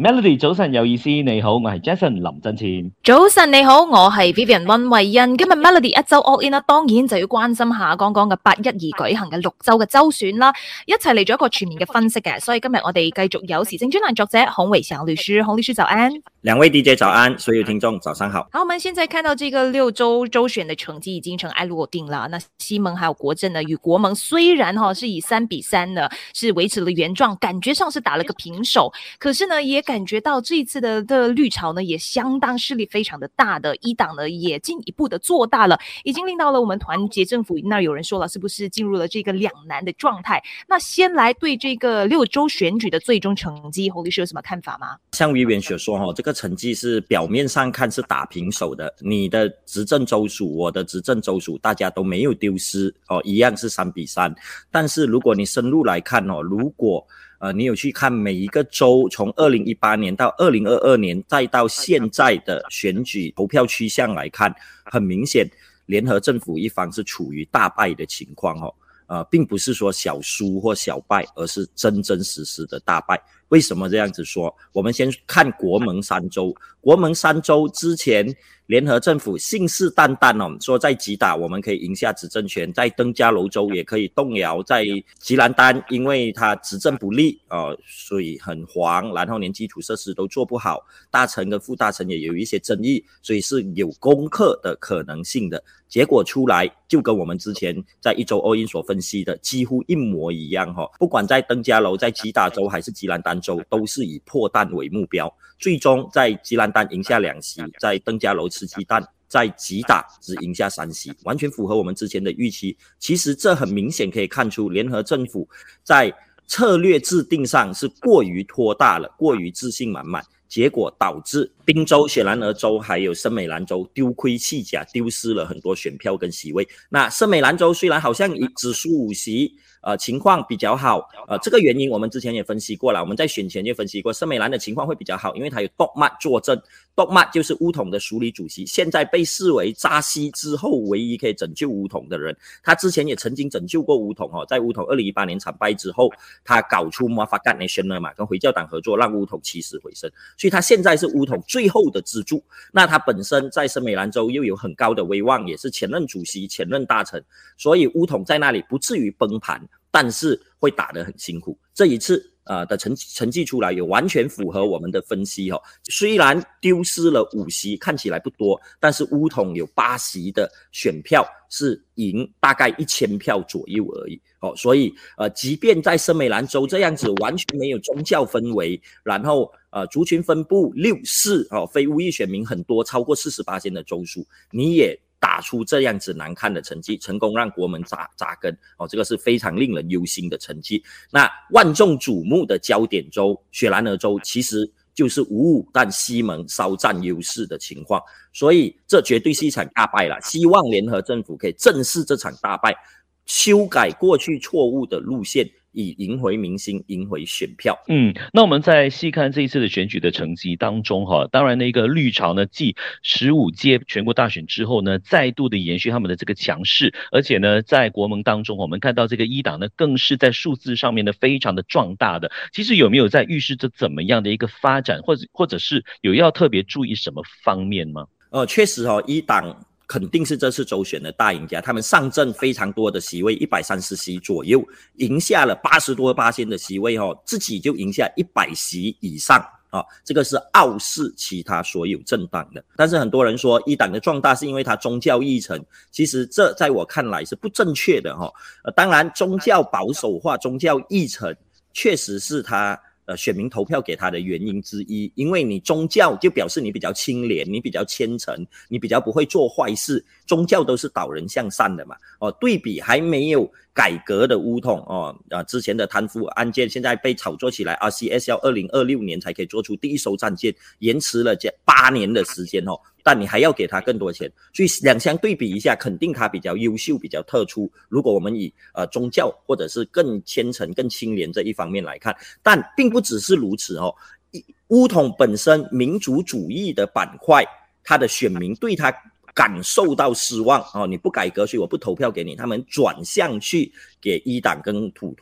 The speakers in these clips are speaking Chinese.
Melody 早晨有意思，你好，我係 Jason 林振前。 早晨你好，我係 Vivian 溫慧欣。今日 Melody 一周 all in 啦，當然就要關心下剛剛嘅812舉行嘅6州嘅州選啦，一齊嚟咗一個全面嘅分析嘅。所以今日我哋繼續有時政專欄作者洪偉祥律師，洪律師早安。 兩位 DJ 早安，所有聽眾早上好。 好，我們現在看到這個6州州選的成績已經塵埃落定了。那西蒙還有國陣呢，與國盟雖然是以3-3呢，是維持了原狀，感覺上是打了個平手，可是呢，也感覺到這一次的綠潮呢，也相當勢力非常的大的，一黨呢也進一步的做大了，已經令到了我們團結政府。那有人說了，是不是進入了這個兩難的狀態？那先來對這個6州選舉的最終成績，洪律師有什麼看法嗎？ 像Vivian所說，這個成績是表面上看是打平手的，你的執政州屬，我的執政州屬，大家都沒有丟失一樣是3-3。但是如果你深入來看如果你有去看每一個州從2018年到2022年再到現在的選舉投票趨向來看，很明顯聯合政府一方是處於大敗的情況並不是說小輸或小敗，而是真真實實的大敗。為什麼這樣子說？我們先看國盟3州。國盟3州之前聯合政府信誓旦旦說在吉打我們可以贏下執政權，在登嘉樓州也可以動搖，在吉蘭丹因為它執政不利所以很黃，然後連基礎設施都做不好，大臣跟副大臣也有一些爭議，所以是有攻克的可能性的。結果出來就跟我們之前在一周all in所分析的幾乎一模一樣不管在登嘉樓、在吉打州還是吉蘭丹州，都是以破蛋為目標，最終在吉蘭丹贏下2席，在登嘉樓吃雞蛋，在吉打只贏下3席，完全符合我們之前的預期。其實這很明顯可以看出聯合政府在策略制定上是過於拖大了，過於自信滿滿，結果導致賓州、雪蘭莪州還有森美蘭州丟盔棄甲，丟失了很多選票跟席位。那森美蘭州雖然好像只輸5席，情況比較好，這個原因我們之前也分析過了，我們在選前就分析過，森美蘭的情況會比較好，因為它有 Tok Mat 坐鎮，Tok Mat 就是巫統的署理主席，現在被視為扎西之後唯一可以拯救巫統的人，他之前也曾經拯救過巫統在巫統2018年慘敗之後，他搞出 Muafakat Nasional 嘛，跟回教黨合作，讓巫統起死回生，所以他現在是巫統最後的支柱。那他本身在森美蘭州又有很高的威望，也是前任主席、前任大臣，所以巫統在那裡不至於崩盤，但是會打得很辛苦。這一次的成績出來也完全符合我們的分析雖然丟失了5席，看起來不多，但是巫統有8席的選票是贏大概1000票左右而已所以即便在森美蘭州這樣子完全沒有宗教氛圍，然後族群分布6-4非巫裔選民很多，超過48%的州屬，你也打出這樣子難看的成績，成功讓國盟扎根這個是非常令人憂心的成績。那萬眾矚目的焦點州雪蘭莪州其實就是5-5，但西蒙稍佔優勢的情況，所以這絕對是一場大敗了。希望聯合政府可以正視這場大敗，修改過去錯誤的路線，以贏回民心，贏回選票。 那我們在細看這一次的選舉的成績當中當然那個綠潮呢，繼15屆全國大選之後呢，再度的延續他們的這個強勢，而且呢，在國盟當中，我們看到這個一黨呢，更是在數字上面呢，非常的壯大的。其實有沒有在預示着怎麼樣的一個發展，或者是有要特別注意什麼方面嗎？ 確實一黨肯定是這次州選的大贏家，他們上陣非常多的席位，130席左右，贏下了80多%的席位自己就贏下100席以上這個是傲視其他所有政黨的。但是很多人說一黨的壯大是因為它宗教議程，其實這在我看來是不正確的當然宗教保守化、宗教議程確實是它選民投票給他的原因之一，因為你宗教就表示你比較清廉，你比較虔誠，你比較不會做壞事，宗教都是導人向善的嘛對比還沒有改革的巫統之前的貪腐案件現在被炒作起來，RCS 要2026年才可以做出第一艘戰艦，延遲了8年的時間但你還要給他更多錢，所以兩相對比一下，肯定他比較優秀，比較特殊。如果我們以宗教或者是更虔誠、更清廉這一方面來看，但並不只是如此巫統本身民族主義的板塊，他的選民對他感受到失望你不改革，所以我不投票給你，他們轉向去給一黨跟土團。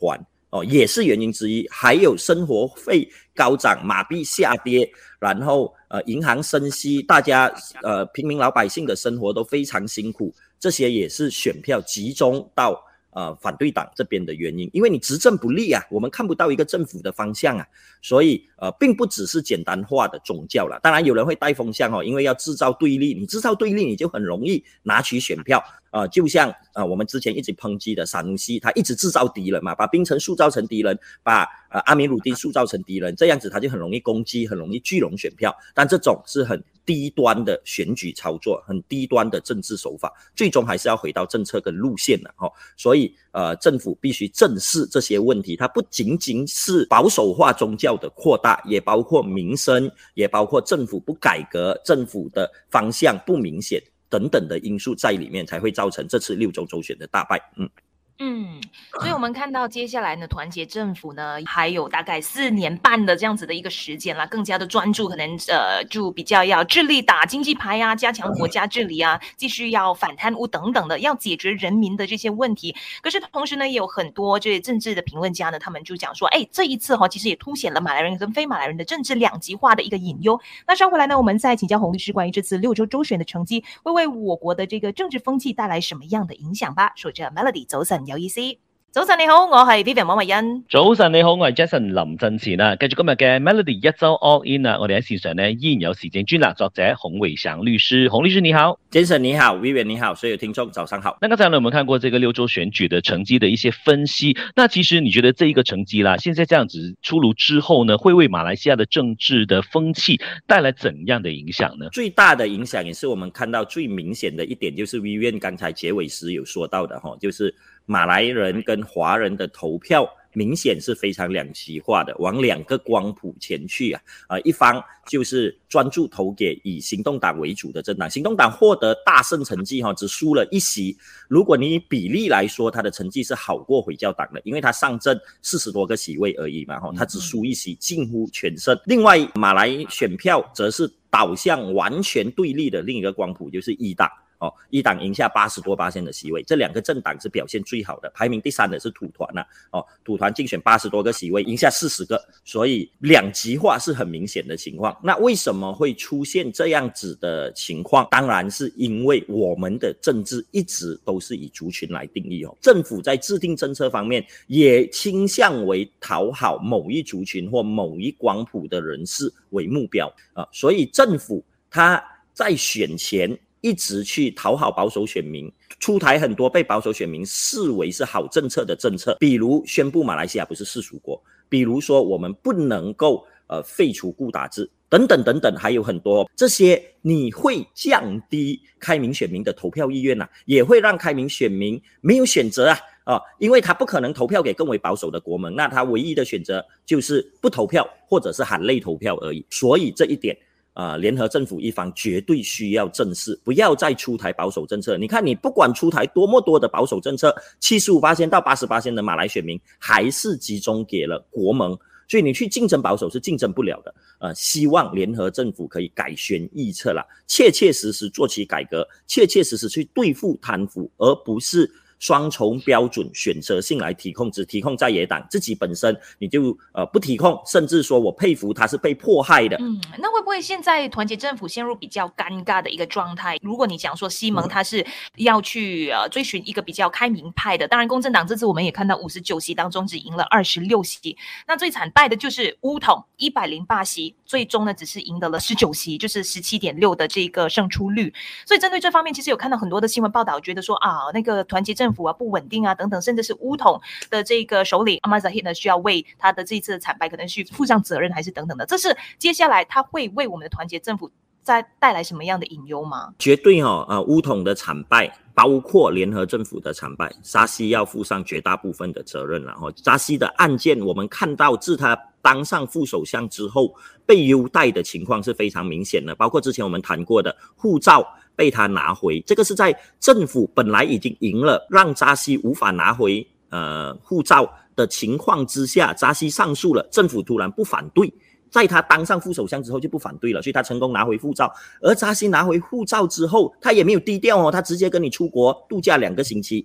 也是原因之一，还有生活费高涨，马币下跌，然后银行升息，大家平民老百姓的生活都非常辛苦，这些也是选票集中到反对党这边的原因。因为你执政不力啊，我们看不到一个政府的方向啊，所以并不只是简单化的宗教啦。当然有人会带风向因为要制造对立，你制造对立你就很容易拿取选票就像我们之前一直抨击的萨努西，他一直制造敌人嘛，把槟城塑造成敌人，把阿米鲁丁塑造成敌人，这样子他就很容易攻击，很容易聚拢选票。但这种是很低端的选举操作，很低端的政治手法，最终还是要回到政策跟路线的所以政府必须正视这些问题，它不仅仅是保守化宗教的扩大，也包括民生，也包括政府不改革，政府的方向不明显等等的因素在里面，才会造成这次6州州选的大败。 所以我们看到接下来呢，团结政府呢还有大概4年半的这样子的一个时间啦，更加的专注，可能就比较要致力打经济牌啊，加强国家治理啊，继续要反贪污等等的，要解决人民的这些问题。可是同时呢，也有很多这些政治的评论家呢，他们就讲说，这一次其实也凸显了马来人跟非马来人的政治两极化的一个隐忧。那稍回来呢，我们再请教洪律师关于这次6州州选的成绩会为我国的这个政治风气带来什么样的影响吧。说着 Melody 早晨有意思。早晨你好，我係 Vivian 黃慧欣。 早晨你好，我係 Jason 林振前繼續今日嘅 Melody 一周 All In 我哋喺線上呢依然有時政專欄作者洪偉祥律師。洪律師你好。 Jason 你好， Vivian 你好，所有聽眾早上好。 那剛才呢我們看過這個6州選舉的成績的一些分析，那其實你覺得這一個成績啦，現在這樣子出爐之後呢，會為馬來西亞的政治的風氣帶來怎樣的影響呢？ 最大的影響也是我們看到最明顯的一點，就是 Vivian 剛才結尾時有說到的就是馬來人跟華人的投票明顯是非常兩極化的，往2個光譜前去一方就是專注投給以行動黨為主的政黨，行動黨獲得大勝成績只輸了1席，如果你以比例來說，它的成績是好過回教黨的，因為它上陣40多個席位而已嘛，它只輸1席，近乎全勝。另外馬來選票則是導向完全對立的另一個光譜，就是一黨一黨贏下80多%的席位，這2個政黨是表現最好的，排名第3的是土團土團競選80多個席位，贏下40個，所以兩極化是很明顯的情況。那為什麼會出現這樣子的情況？當然是因為我們的政治一直都是以族群來定義政府在制定政策方面也傾向為討好某一族群或某一光譜的人士為目標所以政府它在選前一直去討好保守選民，出台很多被保守選民視為是好政策的政策，比如宣布馬來西亞不是世俗國，比如說我們不能夠廢除固打制等等等等，還有很多這些你會降低開明選民的投票意願也會讓開明選民沒有選擇因為他不可能投票給更為保守的國盟，那他唯一的選擇就是不投票或者是含淚投票而已。所以這一點聯合政府一方絕對需要正視，不要再出台保守政策。你看你不管出台多麼多的保守政策 ,75% 到 80% 的馬來選民還是集中給了國盟，所以你去競爭保守是競爭不了的希望聯合政府可以改弦易轍啦，切切實實做起改革，切切實實去對付貪腐，而不是雙重標準選擇性來提控，只提控在野黨自己本身你就不提控，甚至說我佩服他是被迫害的。 那會不會現在團結政府陷入比較尷尬的一個狀態？如果你講說西蒙他是要去追尋一個比較開明派的，當然公正黨這次我們也看到59席當中只贏了26席，那最慘敗的就是巫統108席，最終呢只是贏得了19席，就是 17.6% 的這個勝出率。所以針對這方面其實有看到很多的新聞報道，覺得說那個團結政府不穩定等等，甚至是巫統的這個首領 Ahmad Zahid 呢需要為他的這一次的慘敗可能去負上責任還是等等的，這是接下來他會為我們的團結政府再帶來什麼樣的隱憂嗎？ 絕對巫統的慘敗包括聯合政府的慘敗，沙西要負上絕大部分的責任了沙西的案件我們看到自他當上副首相之後被優待的情況是非常明顯的，包括之前我們談過的護照被他拿回，這個是在政府本來已經贏了，讓扎西無法拿回護照的情況之下，扎西上訴了，政府突然不反對，在他當上副首相之後就不反對了，所以他成功拿回護照。而扎西拿回護照之後他也沒有低調他直接跟你出國度假2個星期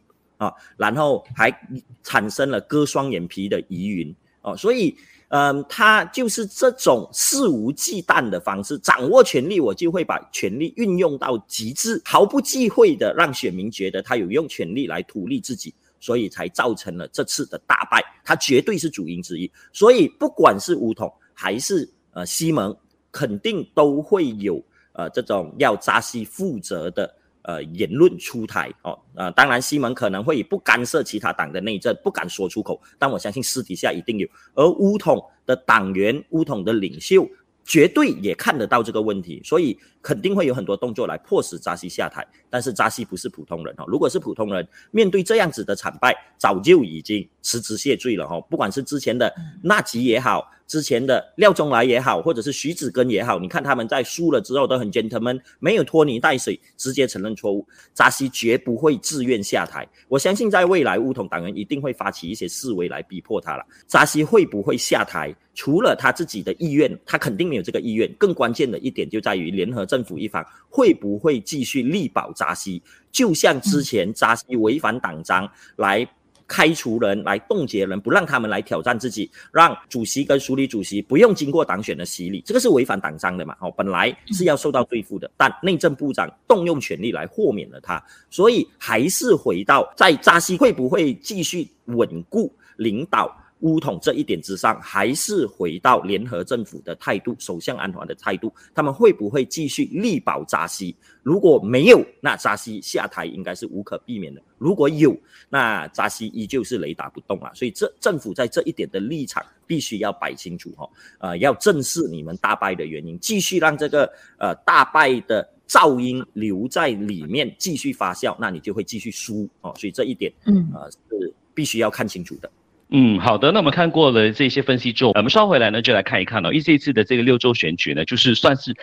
然后还产生了割双眼皮的疑云所以他就是这种肆无忌惮的方式，掌握权力，我就会把权力运用到极致，毫不忌讳的让选民觉得他有用权力来图利自己，所以才造成了这次的大败，他绝对是主因之一。所以不管是巫统还是西蒙，肯定都会有这种要扎西负责的言论出台当然西蒙可能会不干涉其他党的内政，不敢说出口，但我相信私底下一定有。而巫统的党员、巫统的领袖绝对也看得到这个问题，所以肯定会有很多动作来迫使扎西下台。但是扎西不是普通人如果是普通人，面对这样子的惨败，早就已经辞职谢罪了不管是之前的纳吉也好，之前的廖仲来也好，或者是徐子根也好，你看他们在输了之后都很 gentleman， 没有拖泥带水，直接承认错误。扎西绝不会自愿下台，我相信在未来巫统党员一定会发起一些示威来逼迫他了。扎西会不会下台，除了他自己的意愿，他肯定没有这个意愿，更关键的一点就在于联合政府一方会不会继续力保扎西，就像之前扎西违反党章来开除人，来冻结人，不让他们来挑战自己，让主席跟署理主席不用经过党选的洗礼，这个是违反党章的嘛本来是要受到对付的，但内政部长动用权力来豁免了他。所以还是回到在扎西会不会继续稳固领导巫统这一点之上，还是回到联合政府的态度，首相安华的态度，他们会不会继续力保扎西？如果没有，那扎西下台应该是无可避免的；如果有，那扎西依旧是雷打不动所以政府在这一点的立场必须要摆清楚要正视你们大败的原因，继续让这个大败的噪音留在里面继续发酵，那你就会继续输所以这一点是必须要看清楚的。 好的，那我们看过了这些分析之后，我们稍回来呢就来看一看因为这一次的这个6州选举呢，就是算是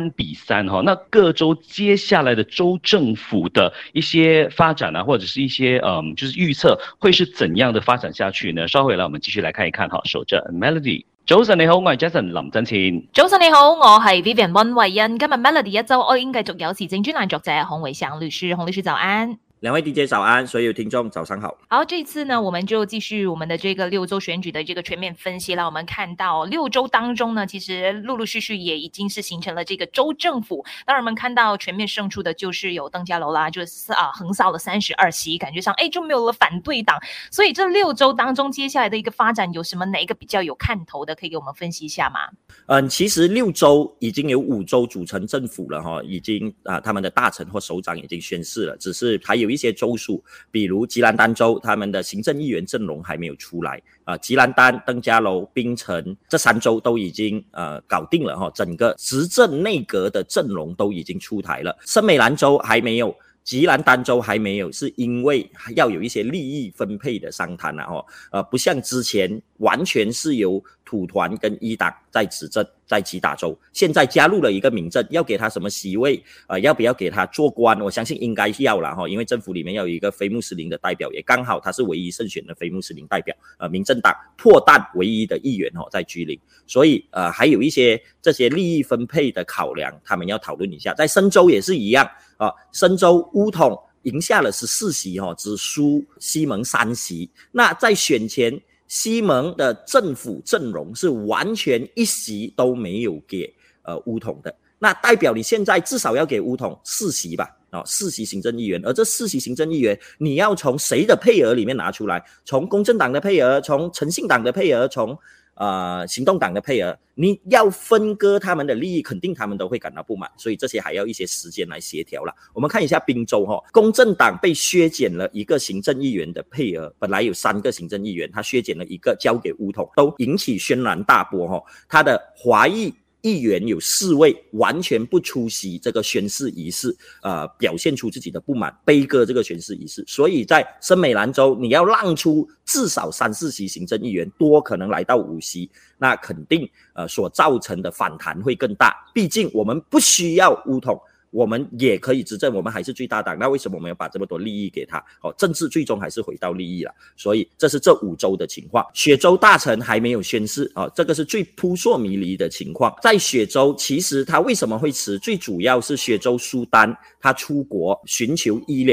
3-3那各州接下来的州政府的一些发展或者是一些就是预测会是怎样的发展下去呢？稍回来我们继续来看一看守着 Melody。早晨你好，我係 Jason 林振前。 早晨你好，我係 Vivian 溫慧欣。今日 Melody 一周，我已經繼續有時政專欄作者洪偉祥律師，洪律師早安。 两位 DJ 早安，所有听众早上好。 好，这一次呢，我们就继续我们的这个6州选举的这个全面分析了。我们看到6州当中呢，其实陆陆续续也已经是形成了这个州政府。当然，我们看到全面胜出的就是有邓家楼啦，就是横扫了32席，感觉上就没有了反对党。所以这6州当中接下来的一个发展有什么哪一个比较有看头的，可以给我们分析一下吗？ 其实6州已经有5州组成政府了已经他们的大臣或首长已经宣誓了，只是还有一些州属，比如吉兰丹州，他们的行政议员阵容还没有出来吉兰丹、登嘉楼、槟城这3州都已经搞定了整个执政内阁的阵容都已经出台了。森美兰州还没有，吉兰丹州还没有，是因为要有一些利益分配的商谈不像之前完全是由土团跟一党在执政，在吉打州，现在加入了一个民政，要给他什么席位要不要给他做官，我相信应该要啦因为政府里面要有一个非穆斯林的代表，也刚好他是唯一胜选的非穆斯林代表民政党破蛋唯一的议员在居林，所以还有一些这些利益分配的考量，他们要讨论一下。在深州也是一样深州巫统赢下了14席只输西蒙3席。那在选前西蒙的政府阵容是完全1席都没有给巫统的，那代表你现在至少要给巫统4席吧4席行政议员，而这4席行政议员你要从谁的配额里面拿出来？从公正党的配额，从诚信党的配额，从行动党的配额，你要分割他们的利益，肯定他们都会感到不满，所以这些还要一些时间来协调啦。我们看一下宾州公正党被削减了1个行政议员的配额，本来有3个行政议员，他削减了1个交给巫统，都引起轩然大波他的华裔议员有4位完全不出席这个宣誓仪式表现出自己的不满，悲歌这个宣誓仪式。所以在森美兰州你要让出至少3-4席行政议员，多可能来到5席，那肯定所造成的反弹会更大。毕竟我们不需要巫统，我们也可以执政，我们还是最大党，那为什么我们要把这么多利益给他政治最终还是回到利益了。所以这是这5州的情况。雪州大臣还没有宣誓这个是最扑朔迷离的情况。在雪州其实他为什么会迟，最主要是雪州苏丹他出国寻求医疗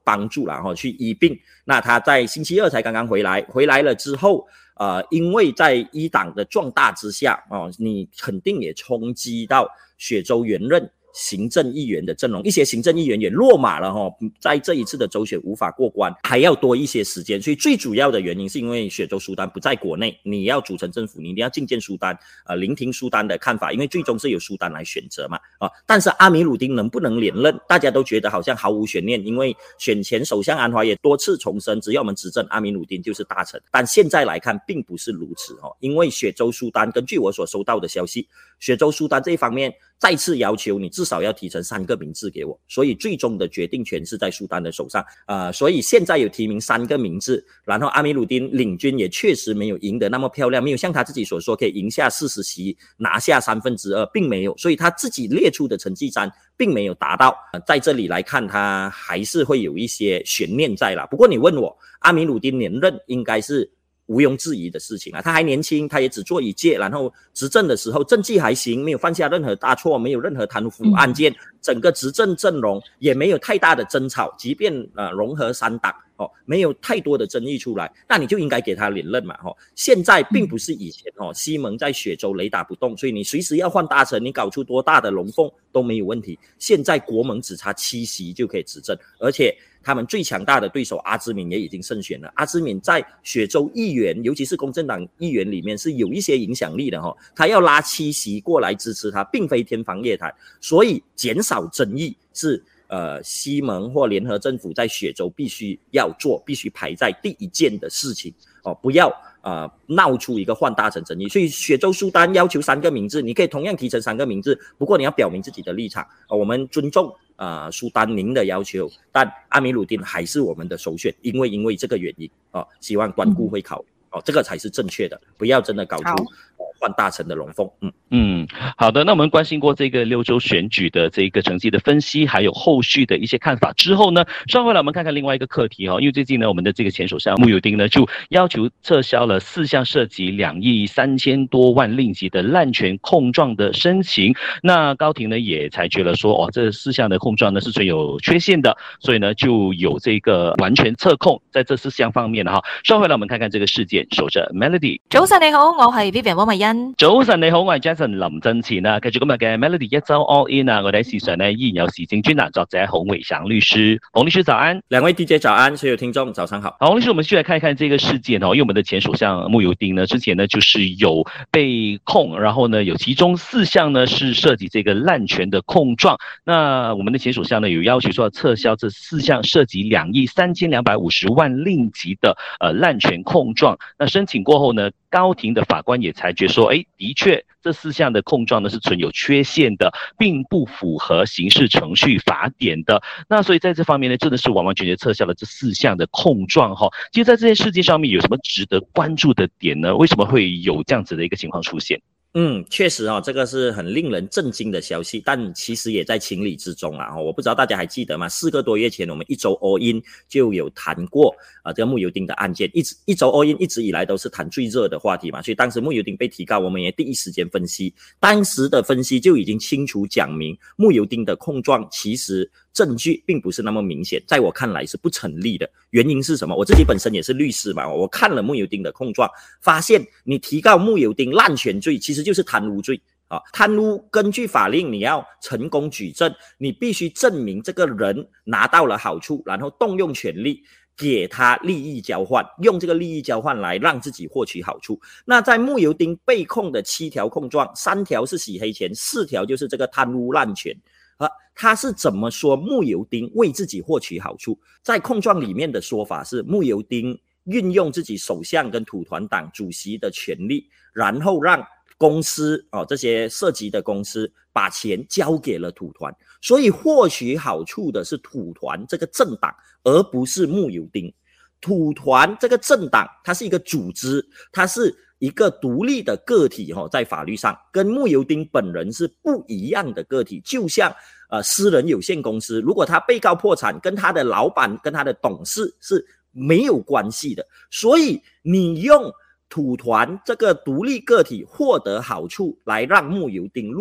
帮助啦去医病。那他在星期二才刚刚回来了之后，因为在一党的壮大之下你肯定也冲击到雪州原任行政议员的阵容，一些行政议员也落马了在这一次的州选无法过关，还要多一些时间。所以最主要的原因是因为雪州苏丹不在国内，你要组成政府，你一定要觐见苏丹，聆听苏丹的看法，因为最终是由苏丹来选择嘛但是阿米鲁丁能不能连任，大家都觉得好像毫无悬念，因为选前首相安华也多次重申，只要我们执政，阿米鲁丁就是大臣。但现在来看并不是如此因为雪州苏丹根据我所收到的消息，雪州苏丹这一方面再次要求你至少要提成3个名字给我，所以最终的决定权是在苏丹的手上所以现在有提名3个名字，然后阿米鲁丁领军也确实没有赢得那么漂亮，没有像他自己所说可以赢下40席拿下2/3，并没有，所以他自己列出的成绩单并没有达到在这里来看他还是会有一些悬念在啦。不过你问我阿米鲁丁连任应该是毋庸置疑的事情他还年轻，他也只做1届，然后执政的时候政绩还行，没有犯下任何大错，没有任何贪腐案件整个执政阵容也没有太大的争吵，即便融合3党没有太多的争议出来，那你就应该给他连任嘛现在并不是以前西蒙在雪州雷打不动，所以你随时要换大臣，你搞出多大的龙凤都没有问题。现在国盟只差7席就可以执政，而且他们最强大的对手阿兹敏也已经胜选了。阿兹敏在雪州议员，尤其是公正党议员里面是有一些影响力的他要拉7席过来支持他，并非天方夜谭，所以减少争议是西蒙或联合政府在雪州必须要做，必须排在第一件的事情不要闹出一个换大臣争议。所以雪州苏丹要求3个名字，你可以同样提成3个名字，不过你要表明自己的立场我们尊重苏丹您的要求，但阿米鲁丁还是我们的首选，因为这个原因希望关顾会考虑这个才是正确的，不要真的搞出换大臣的龙凤。 好的，那我们关心过这个6州选举的这个成绩的分析，还有后续的一些看法之后呢，稍后来我们看看另外一个课题因为最近呢我们的这个前首相慕尤丁呢就要求撤销了4项涉及2亿3000多万令吉的滥权控状的申请。那高庭呢也裁决了说这4项的控状呢是存有缺陷的，所以呢就有这个完全撤控在这4项方面稍后来我们看看这个事件。守着 Melody， 早晨你好，我係 Vivian 汪慧欣。 早晨你好，我係 Jason 林振前繼續今日嘅 Melody 一周 All In 我哋喺線上呢依然有時政專欄作者洪偉祥律師。洪律師早安。 2位 DJ 早安，所有聽眾早上好。 洪律師，我們先來看一看這個事件因為我們的前首相慕尤丁呢之前呢就是有被控，然後呢有其中4項呢是涉及這個濫權的控狀。那我們的前首相呢有要求說要撤銷這4項涉及2億3250萬令吉的濫權控狀。那申請過後呢，高庭的法官也裁決說的確這4項的控狀呢是存有缺陷的，並不符合刑事程序法典的。那所以在這方面呢真的是完完全全撤銷了這4項的控狀其實在這件事件上面有什麼值得關注的點呢？為什麼會有這樣子的一個情況出現？ 確實這個是很令人震驚的消息，但其實也在情理之中啦。我不知道大家還記得嗎？4個多月前我們一周 all in 就有談過這個慕尤丁的案件，一周 all in 一直以來都是談最熱的話題嘛，所以當時慕尤丁被提告，我們也第一時間分析，當時的分析就已經清楚講明慕尤丁的控狀其實證據並不是那麼明顯，在我看來是不成立的。原因是什麼？我自己本身也是律師嘛，我看了慕尤丁的控狀，發現你提告慕尤丁濫權罪其實就是貪污罪貪污根據法令你要成功舉證，你必須證明這個人拿到了好處，然後動用權力給他利益交換，用這個利益交換來讓自己獲取好處。那在慕尤丁被控的7條控狀，3條是洗黑錢，4條就是這個貪污濫權。他是怎麼說慕尤丁為自己獲取好處？在控狀裡面的說法是慕尤丁運用自己首相跟土團黨主席的權力，然後讓公司這些涉及的公司把錢交給了土團，所以獲取好處的是土團這個政黨，而不是慕尤丁。土團這個政黨它是一個組織，它是一個獨立的個體在法律上跟慕尤丁本人是不一樣的個體，就像私人有限公司，如果他被告破產，跟他的老闆跟他的董事是沒有關係的，所以你用土團這個獨立個體獲得好處來讓慕尤丁入罪，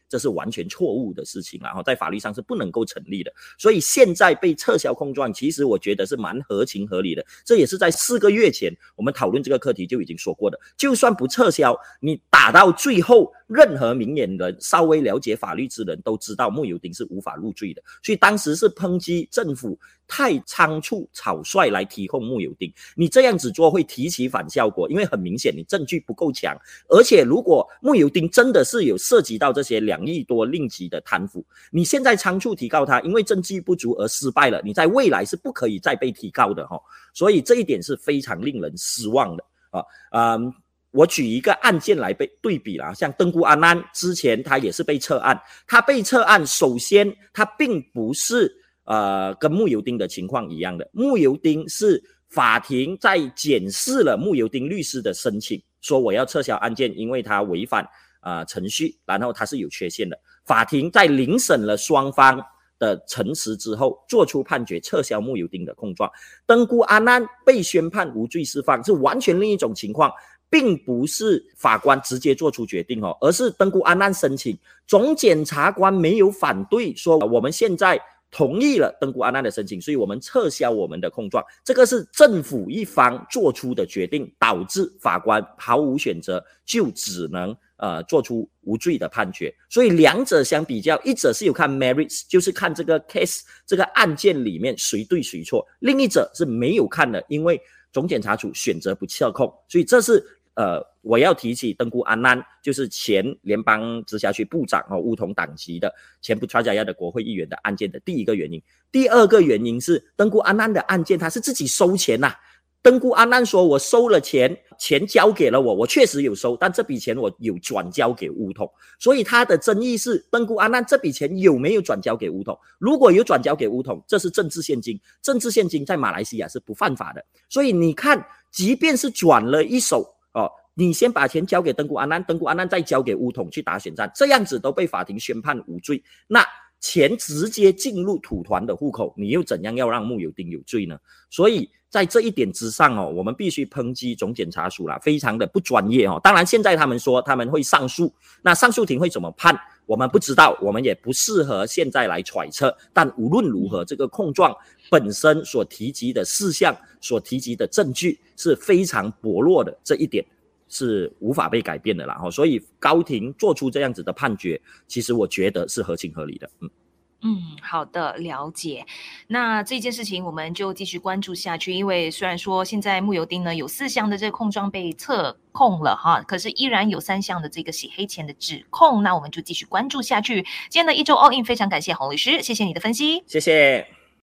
这是完全错误的事情啦，在法律上是不能够成立的。所以现在被撤销控状，其实我觉得是蛮合情合理的。这也是在4个月前我们讨论这个课题就已经说过的，就算不撤销，你打到最后，任何明眼人稍微了解法律之人都知道慕尤丁是无法入罪的。所以当时是抨击政府太仓促草率来提控慕尤丁，你这样子做会提起反效果，因为很明显你证据不够强，而且如果慕尤丁真的是有涉及到这些2亿多令吉的贪腐，你现在仓促提告他，因为证据不足而失败了，你在未来是不可以再被提告的所以这一点是非常令人失望的我举一个案件来对比啦，像登姑阿南之前他也是被撤案，他被撤案，首先他并不是跟慕尤丁的情况一样的，慕尤丁是法庭在检视了慕尤丁律师的申请，说我要撤销案件，因为他违反程序，然后他是有缺陷的。法庭在聆审了双方的陈词之后，做出判决，撤销慕尤丁的控状。登姑阿南被宣判无罪释放，是完全另一种情况，并不是法官直接做出决定而是登姑阿南申请，总检察官没有反对，说我们现在同意了登姑阿南的申请，所以我们撤销我们的控状。这个是政府一方做出的决定，导致法官毫无选择，就只能做出无罪的判决。所以两者相比较，一者是有看 merits， 就是看这个 case 这个案件里面谁对谁错，另一者是没有看的，因为总检察署选择不撤控。所以这是我要提起登姑阿南，就是前联邦直辖区部长巫统党籍的前普查加亚的国会议员的案件的第一个原因。第二个原因是登姑阿南的案件他是自己收钱登姑阿南说我收了钱交给了我确实有收，但这笔钱我有转交给巫统，所以他的争议是登姑阿南这笔钱有没有转交给巫统，如果有转交给巫统，这是政治现金，政治现金在马来西亚是不犯法的。所以你看，即便是转了一手你先把钱交给登姑阿南，登姑阿南再交给巫统去打选战，这样子都被法庭宣判无罪，那钱直接进入土团的户口，你又怎样要让慕尤丁有罪呢？所以在这一点之上我们必须抨击总检察署啦，非常的不专业当然现在他们说他们会上诉，那上诉庭会怎么判我们不知道，我们也不适合现在来揣测，但无论如何这个控状本身所提及的事项，所提及的证据是非常薄弱的，这一点是无法被改变的啦所以高庭做出这样子的判决，其实我觉得是合情合理的。 好的，了解。那这件事情我们就继续关注下去，因为虽然说现在慕尤丁呢有4项的这个控状被撤控了可是依然有3项的这个洗黑钱的指控，那我们就继续关注下去。今天的一周 all in 非常感谢洪律师，谢谢你的分析， 谢谢。